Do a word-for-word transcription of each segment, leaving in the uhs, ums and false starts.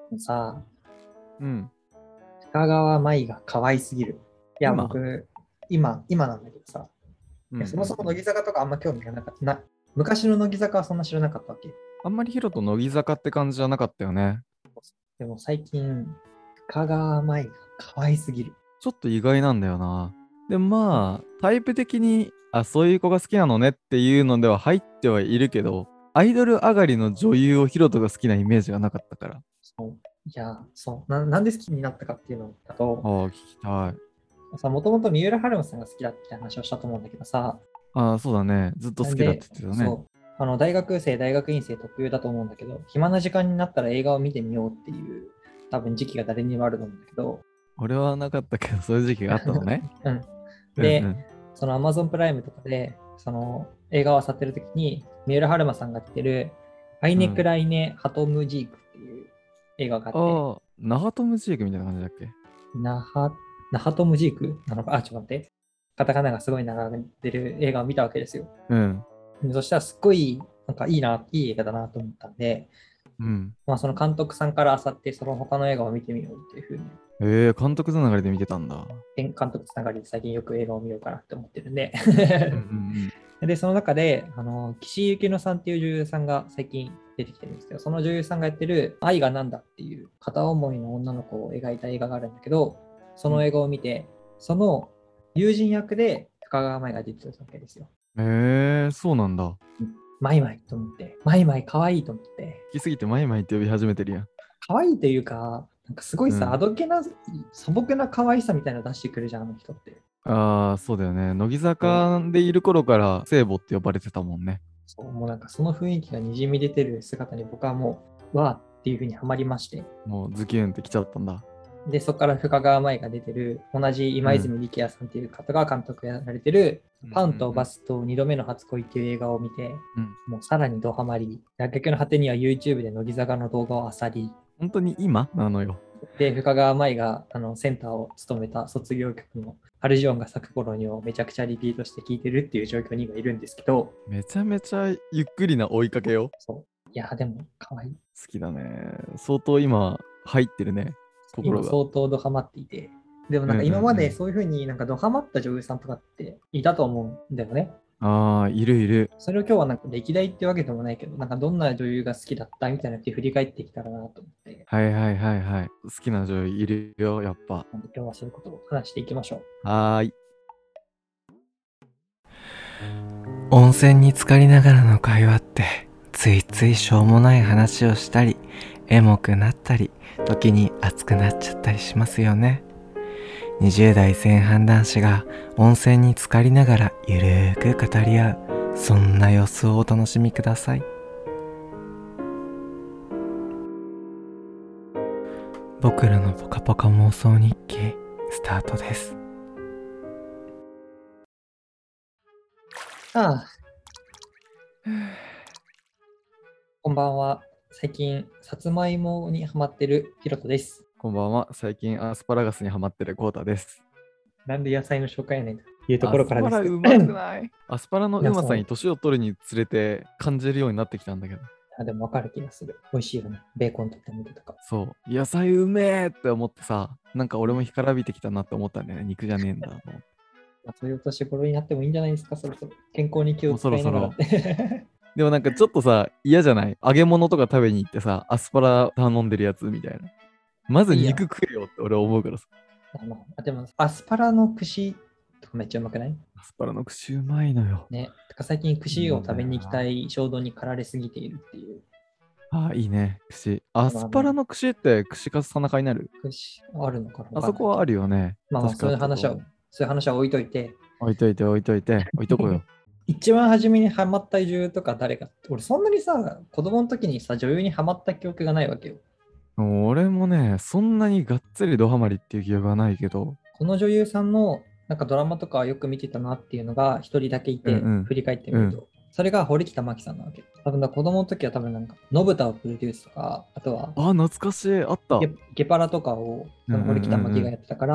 さ、 うん。 深川舞が可愛すぎる。いや、 今僕、今、今なんだけどさ、 うんいやそもそもうんうん。 乃木坂とかあんま興味がなかった。な昔の乃木坂はそんな知らなかったわけ。 あんまりヒロと乃木坂って感じじゃなかったよね。 でも最近、深川舞が可愛すぎる。 ちょっと意外なんだよな。でもまあ、タイプ的に、あ、そういう子が好きなのねっていうのでは入ってはいるけど、アイドル上がりの女優をヒロトが好きなイメージがなかったから。 そう。いや、そうな。なんで好きになったかっていうのだと、 ああ、聞きたい。 さ、もともと三浦春馬さんが好きだって話をしたと思うんだけどさ、 ああ、そうだね。ずっと好きだってなんで、 言ってたね。 そう、あの大学生、大学院生特有だと思うんだけど、暇な時間になったら映画を見てみようっていう、多分時期が誰にもあると思うんだけど、 俺はなかったけど、そういう時期があったのね。 うん。で、 うんうん。 その Amazon プライムとかで、その映画を漁ってるときに、三浦春馬さんが出てる、アイネクうん。 ライネ・ハトムジークっていう映画があって、 ああ、ナハトムジークみたいな感じだっけ？ ナハ、ナハトムジークなのか、あ、ちょっと待って。カタカナがすごい並んでる映画を見たわけですよ。 うん。 でそしたらすっごい、なんかいいな、いい映画だなと思ったんで、 うん。 まあその監督さんから漁って、その他の映画を見てみようっていうふうに、 ええー、監督つながりで見てたんだ。 監督つながりで最近よく映画を見ようかなって思ってるんでうんうんで、その中で、あの、岸井ゆきのさんっていう女優さんが最近出てきてるんですけど、その女優さんがやってる愛がなんだっていう片思いの女の子を描いた映画があるんだけど、そうん。 の映画を見て、その友人役で深川舞が出てたわけですよ。 ええー、そうなんだ。 マイマイと思って、マイマイ可愛いと思って、 好きすぎてマイマイって呼び始めてるやん。 可愛いというか、なんかすごいさ、あうん。 どけな、素朴な可愛さみたいなの出してくるじゃん、あの人って。 ああ、そうだよね。乃木そう、 坂でいる頃から聖母って呼ばれてたもんね。 そうもうなんかその雰囲気がにじみ出てる姿に僕はもう、わーっていう風にはまりまして、 もうズキュンって来ちゃったんだ。 で、そこから深川舞が出てる、同じ今うん。 泉力也さんっていう方が監督やられてる、 うんパンとうんバスとにどめの初恋っていう映画を見て、 うん。うん。 もうさらにドハマり、逆の果てには YouTube で乃木坂の動画を漁り、 本当に今なのよ。 で、深川舞があのセンターを務めた卒業曲のハルジオンが咲く頃にをめちゃくちゃリピートして聴いてるっていう状況に今いるんですけど、 めちゃめちゃゆっくりな追いかけよ。 そう。いや、でも可愛い。 好きだね。相当今入ってるね。心が。 今相当ドハマっていて、でもなんかうんうん今までうん。 そういう風になんかドハマった女優さんとかっていたと思うんだよね。 ああ、いるいる。 それを今日はなんか歴代ってわけでもないけど、なんかどんな女優が好きだったみたいなって振り返ってきたらなと思って、 はいはいはいはい。好きな女優いるよ、やっぱ。 なんで今日はそういうことを話していきましょう。 はーい。 温泉に浸かりながらの会話ってついついしょうもない話をしたりエモくなったり時に熱くなっちゃったりしますよね。にじゅう代前半男子が温泉に浸かりながらゆるーく語り合う、そんな様子をお楽しみください。僕らのポカポカ妄想日記スタートです。 ああ、こんばんは。最近、さつまいもにハマってるヒロトです。 こんばんは。最近アスパラガスにハマってるコータです。 なんで野菜の紹介やねんというとこアスろからですけど。 パラうまくないアスパラのいや、 うまさにそう。 年を取るにつれて感じるようになってきたんだけど。 あ、でもわかる気がする。美味しいよね。ベーコンとってみてとか。 そう。野菜うめえって思ってさ、なんか俺も干からびてきたなって思ったんだよね。肉じゃねえんだと思って。 まあ、そういうお年頃になってもいいんじゃないですか、そろそろ。健康に気をもうそ使いながらっろそろ。 て。 でもなんかちょっとさ、嫌じゃない？揚げ物とか食べに行ってさ、アスパラ頼んでるやつみたいな。まずいいや。 肉食えよって俺は思うからさ。 あのあでも、アスパラの串とかめっちゃうまくないアスパラの串うまいのよ。 ね。てか最近串を食べに行きたい。 い衝動に駆られすぎているっていう。 ああ、いいね。串。アスパラの串って串カツ田中になる？ 串あるのかなあそこはあるよね。 まあまあ、 確かあそういう話は、 ったと思う。 そういう話は置いといて。 置いといて置いといて。置いとこうよ。 一番初めにハマった女優とか誰か。俺そんなにさ、子供の時にさ、女優にハマった記憶がないわけよ。 俺もね、そんなにがっつりドハマりっていう記憶はないけど。 この女優さんのなんかドラマとかよく見てたなっていうのが一人だけいて、 うんうん。 振り返ってみると、 うん。 それが堀北真希さんなわけ。多分だ子供の時は多分なんか、信太をプロデュースとか、あとはあ、懐かしい。あった。 ゲゲパラとかをうんうんその堀北真希がうんうん。 やってたから、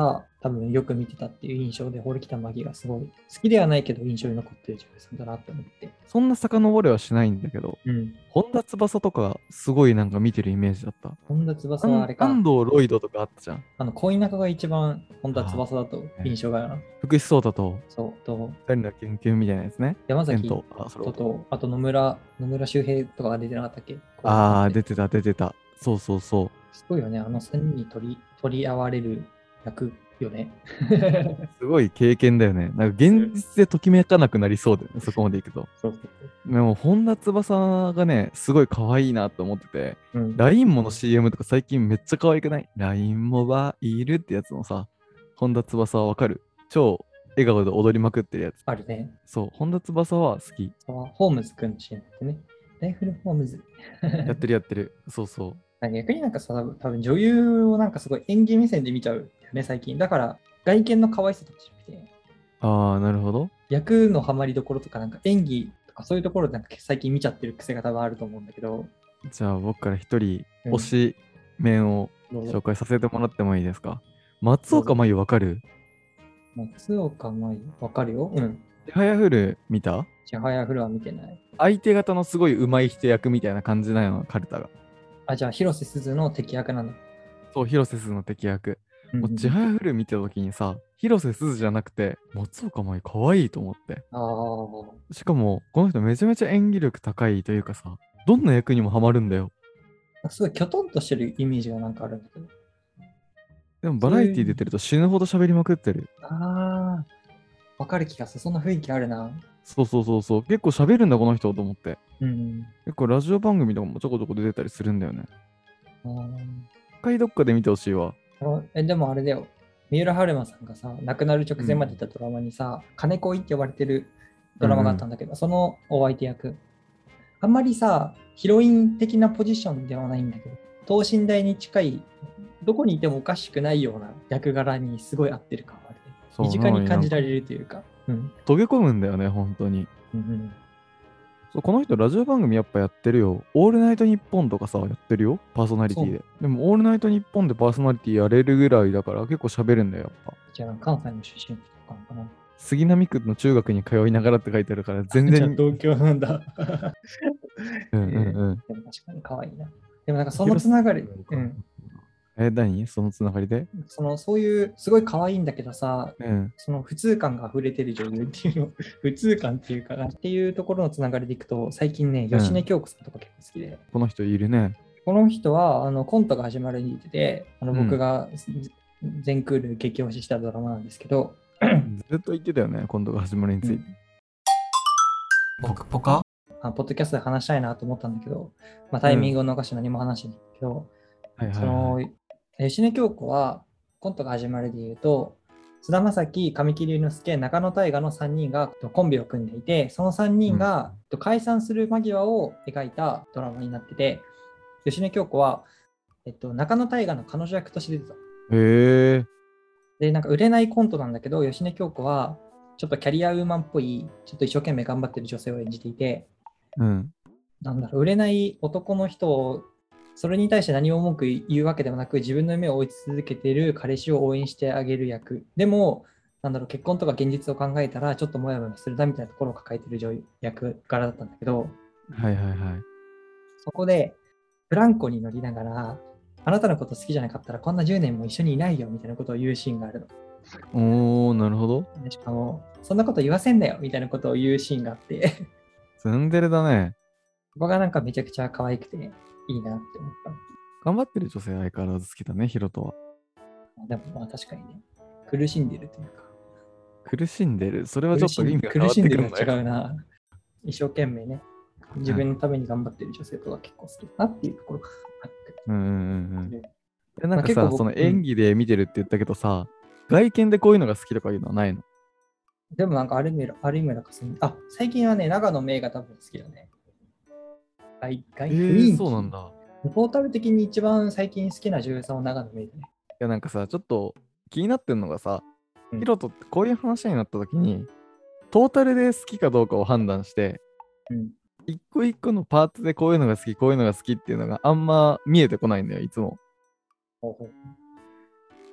多分よく見てたっていう印象で、堀北真希がすごい好きではないけど印象に残ってる女優さんだなって思って。 そんな遡れはしないんだけど、 うん。 本田翼とかすごいなんか見てるイメージだった。 本田翼はあれか。 安藤ロイドとかあったじゃん。 あの、恋仲が一番本田翼だと印象があるな。 福士蒼太と、 そう、と、 二人のキュンキュンみたいなやつね。 山崎と、あ、それとと、あと野村、野村周平とかが出てなかったっけ？ ああ、出てた、出てた。そうそうそう。 すごいよね。あのさんにんに取り、取り合われる役よね。 すごい経験だよね。なんか現実でときめかなくなりそうだよね、そこまでいくと。 そうそうそう。 でも、本田翼がね、すごい可愛いなと思ってて、 うん、 ライン もの シーエム とか最近めっちゃ可愛くない？ ライン もはいるってやつのさ、本田翼はわかる？超笑顔で踊りまくってるやつ。 あるね。 そう、本田翼は好き。 ホームズくんの シーエム ってね。ライフルホームズ。 やってるやってる。そうそう。 逆になんかさ、多分女優をなんかすごい演技目線で見ちゃうよね、最近。だから、外見の可愛さとかじゃなくて、 ああ、なるほど。 役のハマりどころとか、なんか演技とかそういうところでなんか最近見ちゃってる癖が多分あると思うんだけど。 じゃあ僕から一人推し面を紹介させてもらってもいいですか？松岡茉優わかる？ 松岡茉優わかるよ。うん。 ちはやふる見た？ ちはやふるは見てない。 相手方のすごい上手い人役みたいな感じなの、カルタが。 あ、じゃあ広瀬すずの敵役なんだ。 そう、広瀬すずの敵役。もうちはやふる見てた時にさ、広瀬すずじゃなくて、松岡茉優可愛いと思って。 ああ。しかも、この人めちゃめちゃ演技力高いというかさ、どんな役にもハマるんだよ。 すごいきょとんとしてるイメージがなんかあるんだけど。 でもバラエティ出てると死ぬほど喋りまくってる。 ああ、わかる気がする。そんな雰囲気あるな。 そうそうそうそう。結構喋るんだ、この人と思って。 うん。 結構ラジオ番組とかもちょこちょこ出てたりするんだよね。 あ一回どっかで見てほしいわ。 え、でもあれだよ。三浦春馬さんがさ、亡くなる直前までいたドラマにさ、うん、金恋って呼ばれてるドラマがあったんだけど、うんうん、そのお相手役。あんまりさ、ヒロイン的なポジションではないんだけど、等身大に近い、どこにいてもおかしくないような役柄にすごい合ってる感がある、ね。身近に感じられるというか。 うん、溶け込むんだよね、本当に。 うんうんそう、この人ラジオ番組やっぱやってるよ。オールナイトニッポンとかさ、やってるよ。パーソナリティで。でも、オールナイトニッポンでパーソナリティやれるぐらいだから結構喋るんだよ、やっぱ。 じゃあ、関西の出身とかかな。 杉並区の中学に通いながらって書いてあるから、全然。 じゃあ、東京なんだ。 うんうんうん。 でも確かに可愛いな。でもなんかそのつながり。うん。 え、何そのつながりでそのそういうすごい可愛いんだけどさ、 うん、 その普通感が溢れてる女優っていうの普通感っていうかっていうところのつながりでいくと最近ね、芳根京子さんとか結構好きで、 この人いるね。 この人はあのコントが始まるに出てて、あの僕が全クール激推ししたドラマなんですけど、 うん、ずっと言ってたよね、コントが始まるについて。 うん、ポカポカあポッドキャストで話したいなと思ったんだけど、まあ、タイミングを逃して何も話しないけど、 うん、はいはいはい、 その芳根京子はコントが始まるで言うと、菅田将暉、神木隆之介、中野大河のさんにんがコンビを組んでいて、そのさんにんが解散する間際を描いたドラマになってて、芳根京子は、えっと、中野大河の彼女役として出てた。 へー。 で、なんか売れないコントなんだけど、芳根京子はちょっとキャリアウーマンっぽい、ちょっと一生懸命頑張ってる女性を演じていて、 うん、 なんだろう、売れない男の人をそれに対して何も文句言うわけでもなく、自分の夢を追い続けている彼氏を応援してあげる役。でも、なんだろう、結婚とか現実を考えたら、ちょっともやもやするなみたいなところを抱えている女優役柄だったんだけど、 はいはいはい。 そこで、ブランコに乗りながら、あなたのこと好きじゃなかったら、こんなじゅうねんも一緒にいないよみたいなことを言うシーンがあるの。おー、なるほど。 しかも、そんなこと言わせんなよみたいなことを言うシーンがあって、 ツンデレだね。 ここがなんかめちゃくちゃ可愛くて、いいなって思った。 頑張ってる女性相変わらず好きだね、ヒロトは。 でもまあ確かにね、苦しんでるというか。 苦しんでるそれはちょっと意味が変わってくるんだよ。 苦しんでるは違うな。一生懸命ね、自分のために頑張ってる女性とか結構好きだなっていうところがあって。 うんうんうんうん。なんかさ、その演技で見てるって言ったけどさ、うん、外見でこういうのが好きとかいうのはないの？ でもなんか有村、有村架純。あ、最近はね、長野芽郁が多分好きだね。外外えー、そうなんだ。 トータル的に一番最近好きな女優さんは長野芽郁だね。 いやなんかさ、ちょっと気になってんのがさ、 うん、 ヒロトってこういう話になった時に、トータルで好きかどうかを判断して、 うん、 一個一個のパーツでこういうのが好き、こういうのが好きっていうのがあんま見えてこないんだよ、いつも。 ほうほう。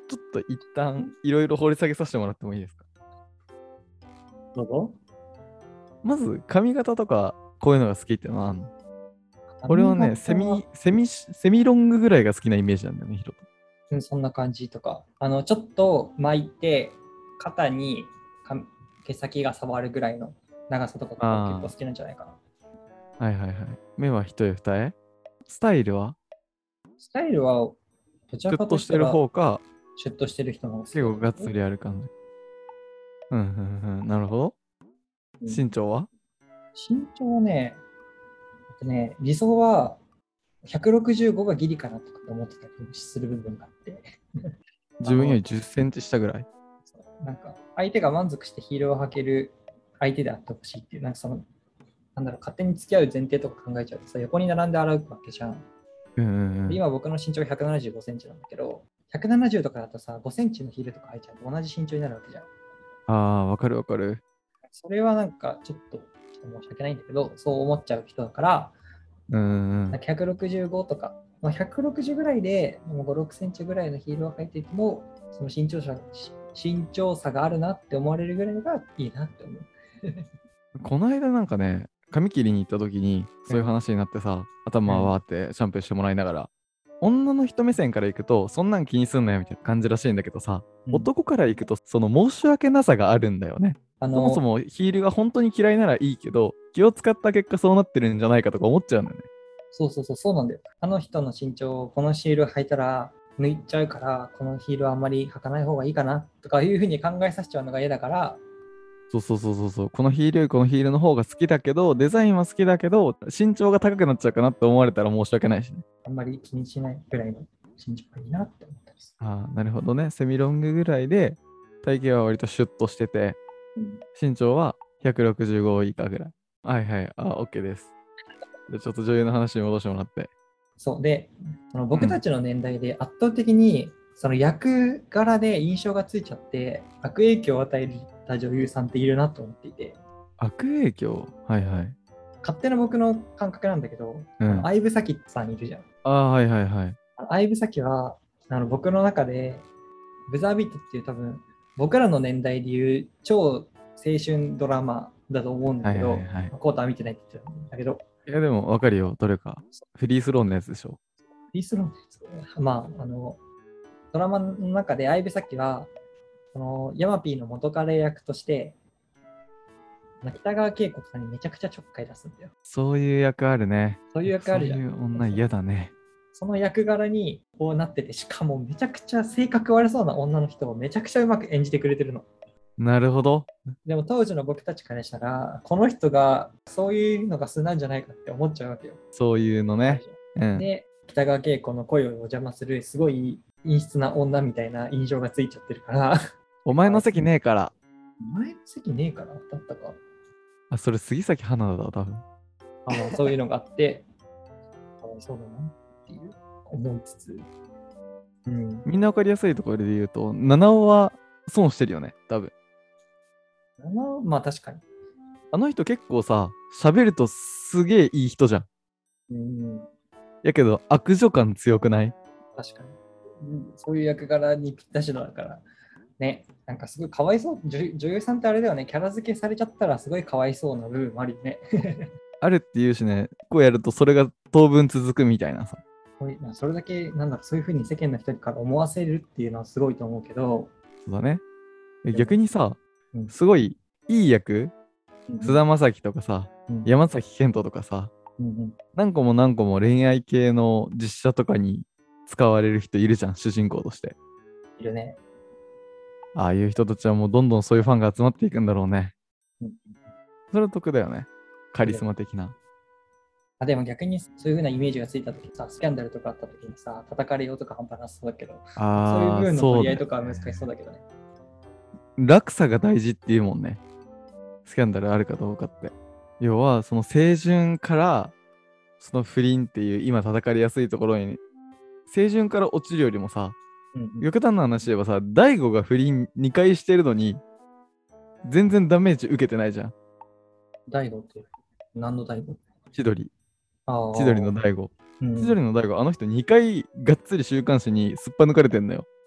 ちょっと一旦いろいろ掘り下げさせてもらってもいいですか？ どうぞ。 まず髪型とかこういうのが好きっていうのはあんの？俺はね、セミ、セミ、セミロングぐらいが好きなイメージなんだよね、ヒロト。 うん、そんな感じとか、あの、ちょっと巻いて、肩にか毛先が触るぐらいの長さとかが結構好きなんじゃないかな。 はいはいはい。目は一重二重？スタイルはスタイルは、どちシュらかッとしてるとしたら、 方か、 シュッとしてる人の方が好き結構がっつりある感じ。うんうんうん。なるほど。 うん身長は身長はね、えっとね、理想はひゃくろくじゅうごがギリかなとか思ってたりする部分があって、 自分よりじゅっセンチ下ぐらい。 なんか相手が満足してヒールを履ける相手であってほしいっていう、なんかその、なんだろう、勝手に付き合う前提とか考えちゃうとさ、横に並んで洗うわけじゃん。 うんうんうん。 で今僕の身長がひゃくななじゅうごセンチなんだけど、ひゃくななじゅうとかだとさ、ごセンチのヒールとか履いちゃうと同じ身長になるわけじゃん。 ああ、わかるわかる。 それはなんかちょっと、ちょっと申し訳ないんだけど、そう思っちゃう人だから、 うんうんなんかひゃくろくじゅうごとか、まあ、ひゃくろくじゅうぐらいでもうご、ろくセンチぐらいのヒールを履いていても、その身長差身長差があるなって思われるぐらいがいいなって思う。 この間なんかね、髪切りに行った時にそういう話になってさ、頭わーってシャンプーしてもらいながら、女の人目線から行くとそんなん気にすんなよみたいな感じらしいんだけどさ、 うん男から行くとその申し訳なさがあるんだよね。 あのそもそもヒールが本当に嫌いならいいけど、気を使った結果そうなってるんじゃないかとか思っちゃうんだよね。 そうそうそう、そうなんだよ。あの人の身長、このヒール履いたら抜いちゃうから、このヒールはあんまり履かない方がいいかなとかいうふうに考えさせちゃうのが嫌だから、 そうそうそうそうそう、このヒールよりこのヒールの方が好きだけど、デザインは好きだけど、身長が高くなっちゃうかなって思われたら申し訳ないしね。 あんまり気にしないぐらいの身長がいいなって思ったりすああ、なるほどね。セミロングぐらいで、体型は割とシュッとしてて、 る。うん身長はひゃくろくじゅうご以下ぐらい。はいはい。あ、OK です。じゃあちょっと女優の話に戻してもらって。 そうで、その僕たちの年代で圧倒的にその役柄で印象がついちゃって悪影響を与えた女優さんっているなと思っていて、 悪影響はいはい。 勝手な僕の感覚なんだけど、 うんあの相武咲さんいるじゃん。 ああ、はいはいはい。 あの相武咲はあの僕の中でブザービートっていう多分僕らの年代でいう超青春ドラマだと思うんだけど、 はいはいはいコータは見てないって言ってたんだけど、 いやでも分かるよ、どれか。フリースローのやつでしょ。 フリースローのやつ、まあ、あの、ドラマの中で相武咲は、そのヤマピーの元彼役として、北川景子さんにめちゃくちゃちょっかい出すんだよ。 そういう役あるね。 そういう役あるじゃん。 そういう女嫌だね。 その役柄にこうなってて、しかもめちゃくちゃ性格悪そうな女の人をめちゃくちゃうまく演じてくれてるの。 なるほど。 でも当時の僕たちからしたら、この人がそういうのが素なんじゃないかって思っちゃうわけよ。 そういうのね。うん。 で、北川景子の声をお邪魔する、すごい陰湿な女みたいな印象がついちゃってるから。 お前の席ねえから。 前の席ねえからだったか。 あ、それ杉咲花だわ、多分。 あのそういうのがあって、かわいそうだなっていう思いつつ。うん。 みんなわかりやすいところで言うと、七尾は損してるよね、多分。 まあ確かに。 あの人結構さ、喋るとすげえいい人じゃん。 うん。 やけど悪女感強くない？ 確かに。うん、そういう役柄にぴったしのだから。ね、なんかすごいかわいそう。女, 女優さんってあれだよね、キャラ付けされちゃったらすごいかわいそうな部分もあるよね。 あるっていうしね、こうやるとそれが当分続くみたいなさ。 それだけ、なんだろう、そういうふうに世間の人から思わせるっていうのはすごいと思うけど。 そうだね。逆にさ、 うん、 すごいいい役、菅、 うん、 田将暉とかさ、うん、山崎賢人とかさ、 うんうん、 何個も何個も恋愛系の実写とかに使われる人いるじゃん、主人公として。 いるね。 ああいう人たちはもうどんどんそういうファンが集まっていくんだろうね。 うん、 それは得だよね。カリスマ的な。 あでも逆にそういう風なイメージがついたときさ、スキャンダルとかあったときにさ、叩かれようとか半端なさそうだけど、 あそういう部分の取り合いとかはね、 難しそうだけどね。 落差が大事っていうもんね。スキャンダルあるかどうかって。要は、その清純から、その不倫っていう今叩かれやすいところに、清純から落ちるよりもさ、うんうん、極端な話で言えばさ、大悟が不倫にかいしてるのに、全然ダメージ受けてないじゃん。 大悟って何の大悟？ 千鳥。千鳥の大悟。うん、千鳥の大悟、あの人にかいがっつり週刊誌にすっぱ抜かれてんのよ。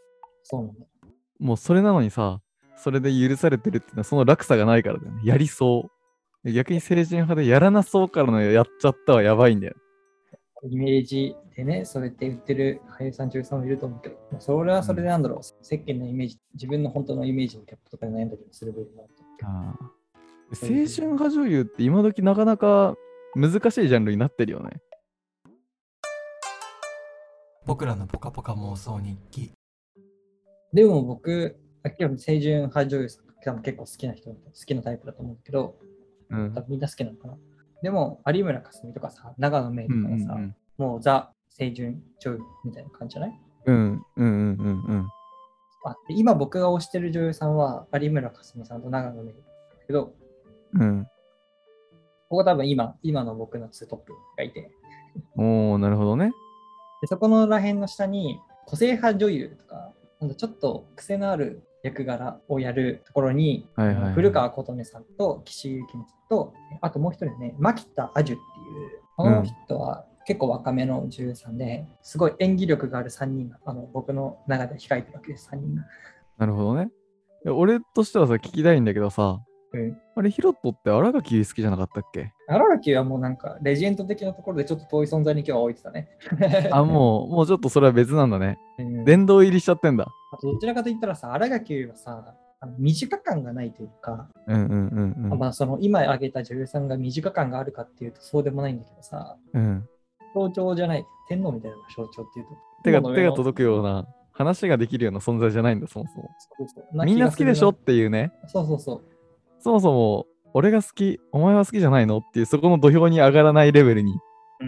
そうなんだ。 もうそれなのにさ、それで許されてるっていうのはその落差がないからだよね。やりそう。逆に清純派でやらなそうからのやっちゃったはやばいんだよ。 イメージでね、そうやって言ってる俳優さん、女優さんもいると思うけど、それはそれでなんだろう、うん、世間のイメージ、自分の本当のイメージのギャップとかで悩んだりもする部分もあると思うけど。 ああ、青春派女優って今時なかなか難しいジャンルになってるよね。 僕らのポカポカ妄想日記。 でも僕、青春派女優さん結構好きな人、好きなタイプだと思うけど、うん、多分みんな好きなのかな。でも、有村架純とかさ、長野めいとかはさ、うんうんうん、もうザ・青春女優みたいな感じじゃない？ うんうんうんうんうん。 あ、今僕が推してる女優さんは有村架純さんと長野めいだけど、 うん。 ここ多分今、今の僕のツートップがいて。 おー、なるほどね。 でそこのら辺の下に、個性派女優とか、なんかちょっと癖のある役柄をやるところに、はいはいはい、古川琴音さんと岸井ゆきみさんと、あともう一人ね、牧田あじゅっていう、この人は結構若めの女優さんで、すごい演技力があるさんにんが、あの僕の中で控えてるわけです、さんにんが。 なるほどね。いや俺としてはさ、聞きたいんだけどさ、うん、あれ、ヒロトって新垣好きじゃなかったっけ？ 新垣はもうなんか、レジェンド的なところでちょっと遠い存在に今日は置いてたね。 あ、もう、もうちょっとそれは別なんだね。うん、殿堂入りしちゃってんだ。 あとどちらかといったらさ、新垣はさ、あの短感がないというか、 うんうんうんうん、 まあその今挙げた女優さんが短感があるかっていうとそうでもないんだけどさ、うん、象徴じゃない、天皇みたいな象徴っていうと手が手が届くような、話ができるような存在じゃないんだ、そもそも。そうそうみんな好きでしょっていうね。 そうそうそう。 そもそも俺が好き、お前は好きじゃないのっていうそこの土俵に上がらないレベルに、うん、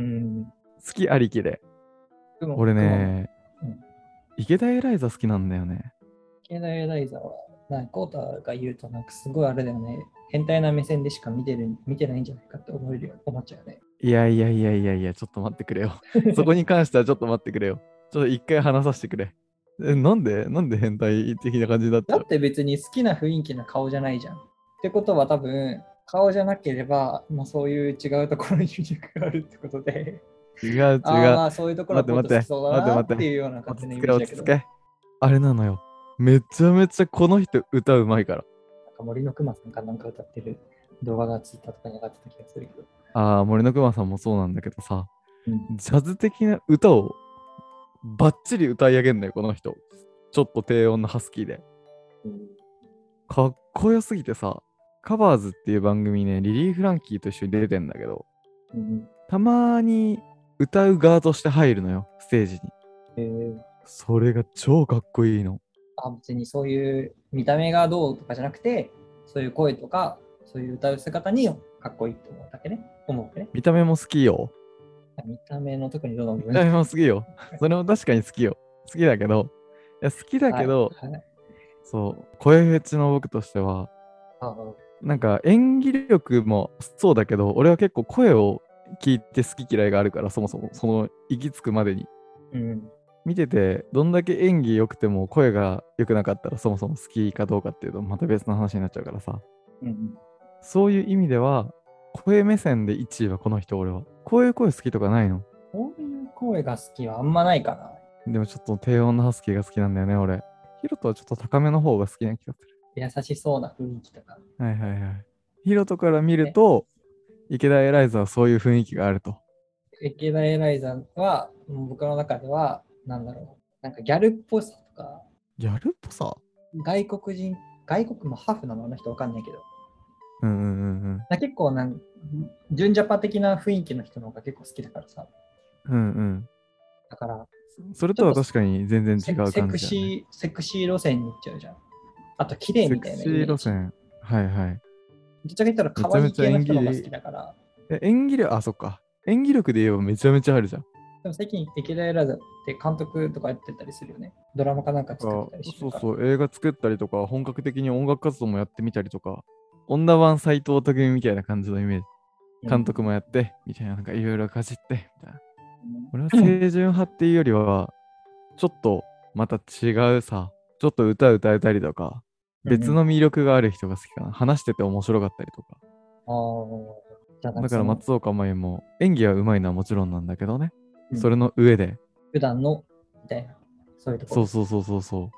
好きありきで。俺ね、うん、池田エライザ好きなんだよね。 池田エライザは、なんかコータが言うとなんかすごいあれだよね。変態な目線でしか見てる見てないんじゃないかって思えるよ思っちゃうよね。 いやいやいやいやいや、ちょっと待ってくれよ。そこに関してはちょっと待ってくれよ。ちょっと一回話させてくれ。え、なんでなんで変態的な感じになっちゃう？ だって別に好きな雰囲気な顔じゃないじゃん。ってことは多分、顔じゃなければ、まあ、そういう違うところに魅力があるってことで。 違う違う。 ああ、そういうところはもっと好きそうだなっていうような勝手なイメージだけど。 あれなのよ。めちゃめちゃこの人歌うまいから。 なんか森のくまさんかなんか歌ってる動画がツイッターとかに上がってた気がするけど。 ああ、森のくまさんもそうなんだけどさ、うん、ジャズ的な歌をバッチリ歌い上げんのよ、この人。ちょっと低音のハスキーで。うん、かっこよすぎてさ、カバーズっていう番組ね、リリー・フランキーと一緒に出てんだけど、うん、たまに歌う側として入るのよ、ステージに。へー、それが超かっこいいの。 あ、別にそういう見た目がどうとかじゃなくて、そういう声とか、そういう歌う姿にかっこいいって思うだけね。思うね。 見た目も好きよ。 見た目の特にどの部分？ 見た目も好きよ。それも確かに好きよ。好きだけど、いや好きだけど、はいはい、そう、声フェチの僕としては、ああ、なんか演技力もそうだけど、俺は結構声を聞いて好き嫌いがあるから、そもそもその行き着くまでに。うん、見てて、どんだけ演技良くても声が良くなかったらそもそも好きかどうかっていうとまた別の話になっちゃうからさ。うん、そういう意味では、声目線でいちいはこの人、俺は。こういう声好きとかないの？ こういう声が好きはあんまないかな。でもちょっと低音のハスキーが好きなんだよね、俺。ヒロトはちょっと高めの方が好きな気がする。 優しそうな雰囲気とか。 はいはいはい。ヒロトから見ると、池田エライザはそういう雰囲気があると。 池田エライザは、僕の中では、なんだろう、なんかギャルっぽさとか。 ギャルっぽさ？ 外国人、外国もハーフなのあの人わかんないけど。 うんうんうんうん。 結構なん純ジャパ的な雰囲気の人の方が結構好きだからさ。 うんうん。 だから、 それとは確かに全然違う感じだ、ね、 セクシー、セクシー路線に行っちゃうじゃん。あと、綺麗みたいなイメージ。セクシー路線。はいはい。どっちか言ったら可愛い系の人の方が好きだから。 演技力、あ、そっか。演技力で言えばめちゃめちゃあるじゃん。 でも最近、池田エラザって監督とかやってたりするよね。ドラマかなんか作ってたりしてるから。そうそう、映画作ったりとか、本格的に音楽活動もやってみたりとか、女版斎藤匠みたいな感じのイメージ。監督もやって、みたいな、なんかいろいろかじって、みたいな。俺は清純派っていうよりは、ちょっとまた違うさ、ちょっと歌歌えたりとか、別の魅力がある人が好きかな。話してて面白かったりとか。ああ。だから松岡茉優も演技は上手いのはもちろんなんだけどね。うん、それの上で。 普段のみたいな。そういうところ。そうそうそうそうそう。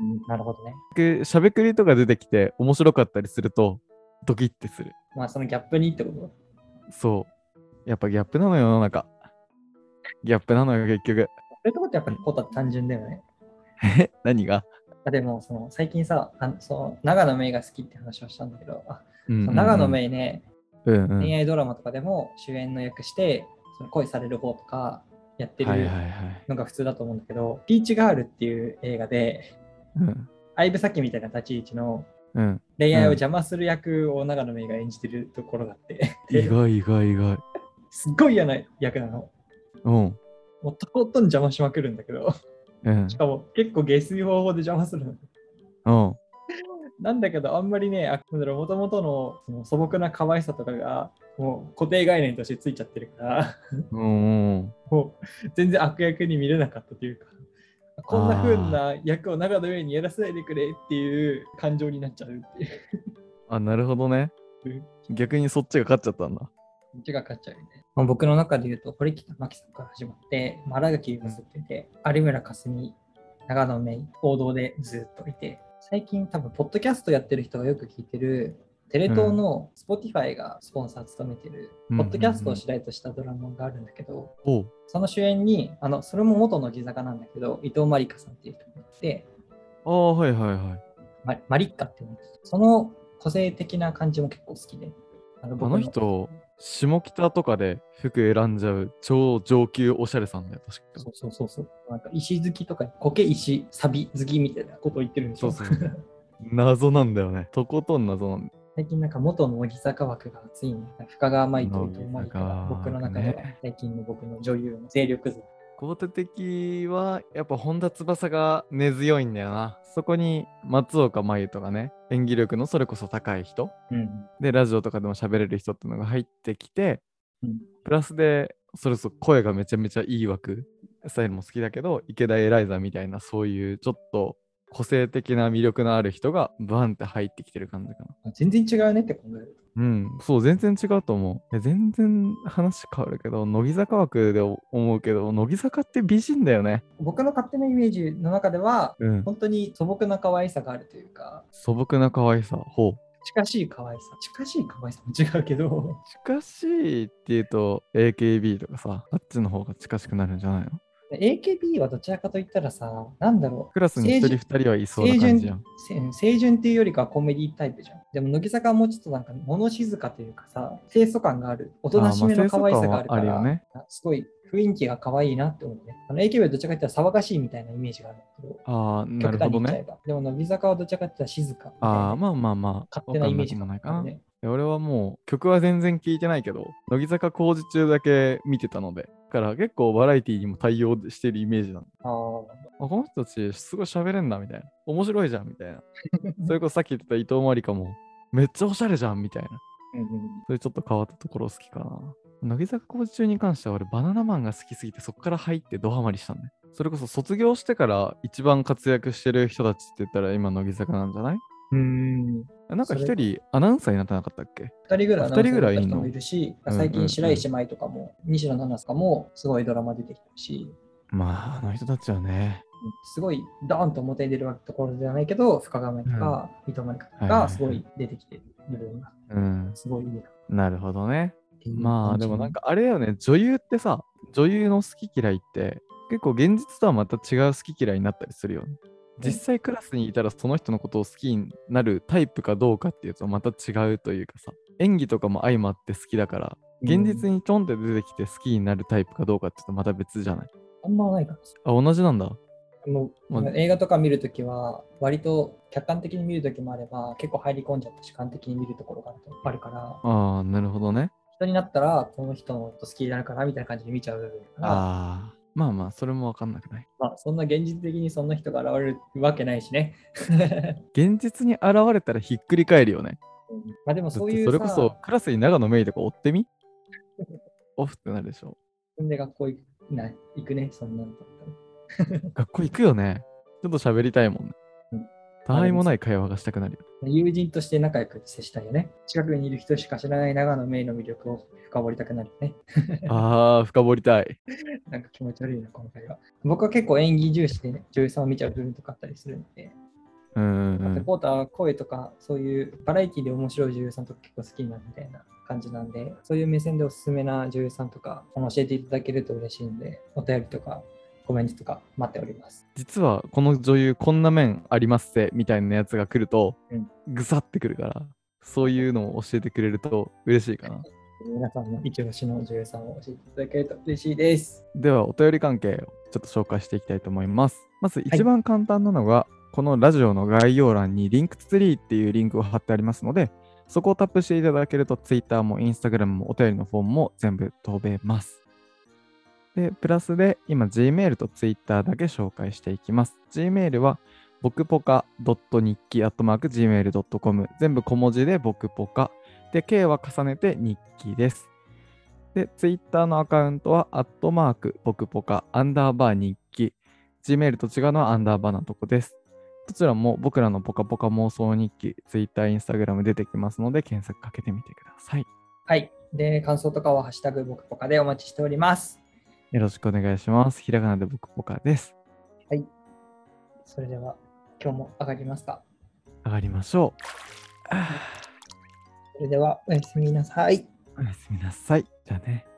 うんなるほどね。 でしゃべくりとか出てきて面白かったりするとドキッてする。 まあそのギャップにってこと。 そうやっぱギャップなのよ世の中。ギャップなのよ結局。 そういうとこってやっぱりコタ単純だよね。 え何が？ あでもその最近さ、あその長野めいが好きって話をしたんだけど、あうんうんうんその長野めいね、 うんうん恋愛ドラマとかでも主演の役してその恋される方とかやってるはいはいはいのが普通だと思うんだけど、ピーチガールっていう映画でうん相武咲みたいな立ち位置のうん恋愛を邪魔する役を長野めいが演じてるところがあって意外意外意外。 すっごい嫌な役なの。 うんもうとことん邪魔しまくるんだけど、 うんしかも結構下水方法で邪魔するの。 うんなんだけど、あんまりね、もともとのその素朴な可愛さとかがもう固定概念としてついちゃってるから、 うんうん。 もう全然悪役に見れなかったというか、こんな風な役を長野上にやらせないでくれっていう感情になっちゃうっていう。 あ、なるほどね。逆にそっちが勝っちゃったんだ。 こっちが勝っちゃうよね。まあ、僕の中で言うと、堀北真希さんから始まって、新垣結衣がずっといて、有村架純、長野芽郁、王道でずっといて、最近多分、ポッドキャストやってる人がよく聞いてる、テレ東の Spotify がスポンサー務めてる、 うんポッドキャストを主題としたドラマがあるんだけど、 おうその主演に、あの、それも元乃木坂なんだけど、伊藤まりかさんっていう人がいて、 ああ、はいはいはい。 まマリッカっていうんです。その個性的な感じも結構好きで。あのあの人、下北とかで服選んじゃう超上級おしゃれさんだよ、確か。 そうそうそうそう。なんか石好きとか苔石、サビ好きみたいなことを言ってるんでしょ。 そうそう謎なんだよね。とことん謎なんだ。 最近なんか元乃木坂枠がついに深川舞と伊藤まりかが僕の中ではね最近の僕の女優の勢力図。 肯定的はやっぱ本田翼が根強いんだよな。そこに松岡茉優とかね、演技力のそれこそ高い人うん。 でラジオとかでも喋れる人っていうのが入ってきて、 うん、 プラスでそれこそ声がめちゃめちゃいい枠、スタイルも好きだけど池田エライザみたいなそういうちょっと個性的な魅力のある人がバンって入ってきてる感じかな。 全然違うねって考える。 うん、そう、全然違うと思う。全然話変わるけど、乃木坂枠で思うけど、乃木坂って美人だよね。 僕の勝手なイメージの中では、 うん、 本当に素朴な可愛さがあるというか、 素朴な可愛さ。ほう。 近しい可愛さ。近しい可愛さも違うけど。 近しいっていうと エーケービー とかさ、あっちの方が近しくなるんじゃないの？ エーケービー はどちらかといったらさ、なんだろう。 クラスに一人二人はいそうな感じやん。 清純っていうよりかはコメディタイプじゃん。でも乃木坂はもうちょっとなんか物静かというかさ、清楚感がある、おとなしめの可愛さがあるから、 あまあ、あるよね、 すごい雰囲気が可愛いなって思うね。あの エーケービー はどちらかというと騒がしいみたいなイメージがあるんだけど、 ああ、なるほどね。 でも乃木坂はどちらかというと静かみたいな。 ああ、まあまあまあ、 勝手なイメージもないかな。 ね。 俺はもう曲は全然聴いてないけど、乃木坂工事中だけ見てたので、だから結構バラエティにも対応してるイメージなの。 ああ、この人たちすごい喋れんなみたいな。面白いじゃんみたいな。それこそさっき言ってた伊藤まりかもめっちゃおしゃれじゃんみたいな。 うんうん、 それちょっと変わったところ好きかな。乃木坂工事中に関しては俺バナナマンが好きすぎてそこから入ってドハマりしたんね。それこそ卒業してから一番活躍してる人たちって言ったら今乃木坂なんじゃない？ うーん。 なんか一人アナウンサーになってなかったっけ？ 二人ぐらいアナウンサーの人二人ぐらいいんのもいるし、 うんうんうん最近白石麻衣とかも、西野七瀬とかもすごいドラマ出てきてるし、 まああの人たちはね、 すごいドーンと表に出るところではないけど、深川麻衣とか伊藤まりかとかすごい出てきてる部分がうんすごいいいな。 なるほどね。 っていうまあ感じでもなんかあれだよね、女優ってさ、女優の好き嫌いって結構現実とはまた違う好き嫌いになったりするよね。実際クラスにいたらその人のことを好きになるタイプかどうかっていうとまた違うというかさ、演技とかも相まって好きだから現実にちょんって出てきて好きになるタイプかどうかっていうとまた別じゃない？ あんまないからさ。 あ、同じなんだ。 もうまあ映画とか見るときは、割と客観的に見るときもあれば、結構入り込んじゃって主観的に見るところがあるから、 ああ、なるほどね。 人になったら、この人のこと好きになるかなみたいな感じで見ちゃう部分から、 ああ、まあまあ、それもわかんなくない。 まあ、そんな現実的にそんな人が現れるわけないしね。 現実に現れたらひっくり返るよね。 まあでもそういうだってそれこそさ、 クラスに長野メイとか追ってみオフってなるでしょ。 んで学校行くな行くね、そんなのだったら。 学校行くよね。ちょっと喋りたいもんね。 うんたわいもない会話がしたくなるよ。 友人として仲良く接したいよね。近くにいる人しか知らない長野メイの魅力を深掘りたくなるよね。 ああ、深掘りたい。 なんか気持ち悪いな、今回は。僕は結構演技重視でね、女優さんを見ちゃう部分とかあったりするんで、 うんうんうあとん。 ポーターは声とかそういうバラエティで面白い女優さんとか結構好きなみたいな感じなんで、そういう目線でおすすめな女優さんとかあの教えていただけると嬉しいんで、お便りとかコメントとか待っております。 実はこの女優こんな面ありますぜみたいなやつが来ると、 うんぐさってくるから、そういうのを教えてくれると嬉しいかな。 皆さんの一押しの女優さんを教えていただけると嬉しいです。 ではお便り関係をちょっと紹介していきたいと思います。まず一番簡単なのが、このラジオの概要欄にリンクツリーっていうリンクを貼ってありますので、そこをタップしていただけると Twitter も Instagram もお便りのフォームも全部飛べます。で、プラスで今 Gmail と Twitter だけ紹介していきます。Gmail は僕ポカ .日記 アットマーク ジーメール ドットコム 全部小文字で僕ポカで K は重ねて日記です。で、Twitter のアカウントはアットマーク僕ポカアンダーバー日記 Gmail と違うのはアンダーバーなとこです。どちらも僕らのポカポカ妄想日記 Twitter、Instagram 出てきますので検索かけてみてください。 はい。で、感想とかはハッシュタグ僕ポカでお待ちしております。 よろしくお願いします。ひらがなで僕ポカです。 はい。それでは今日も上がりますか。 上がりましょう。 それではおやすみなさい。 おやすみなさい。じゃあね。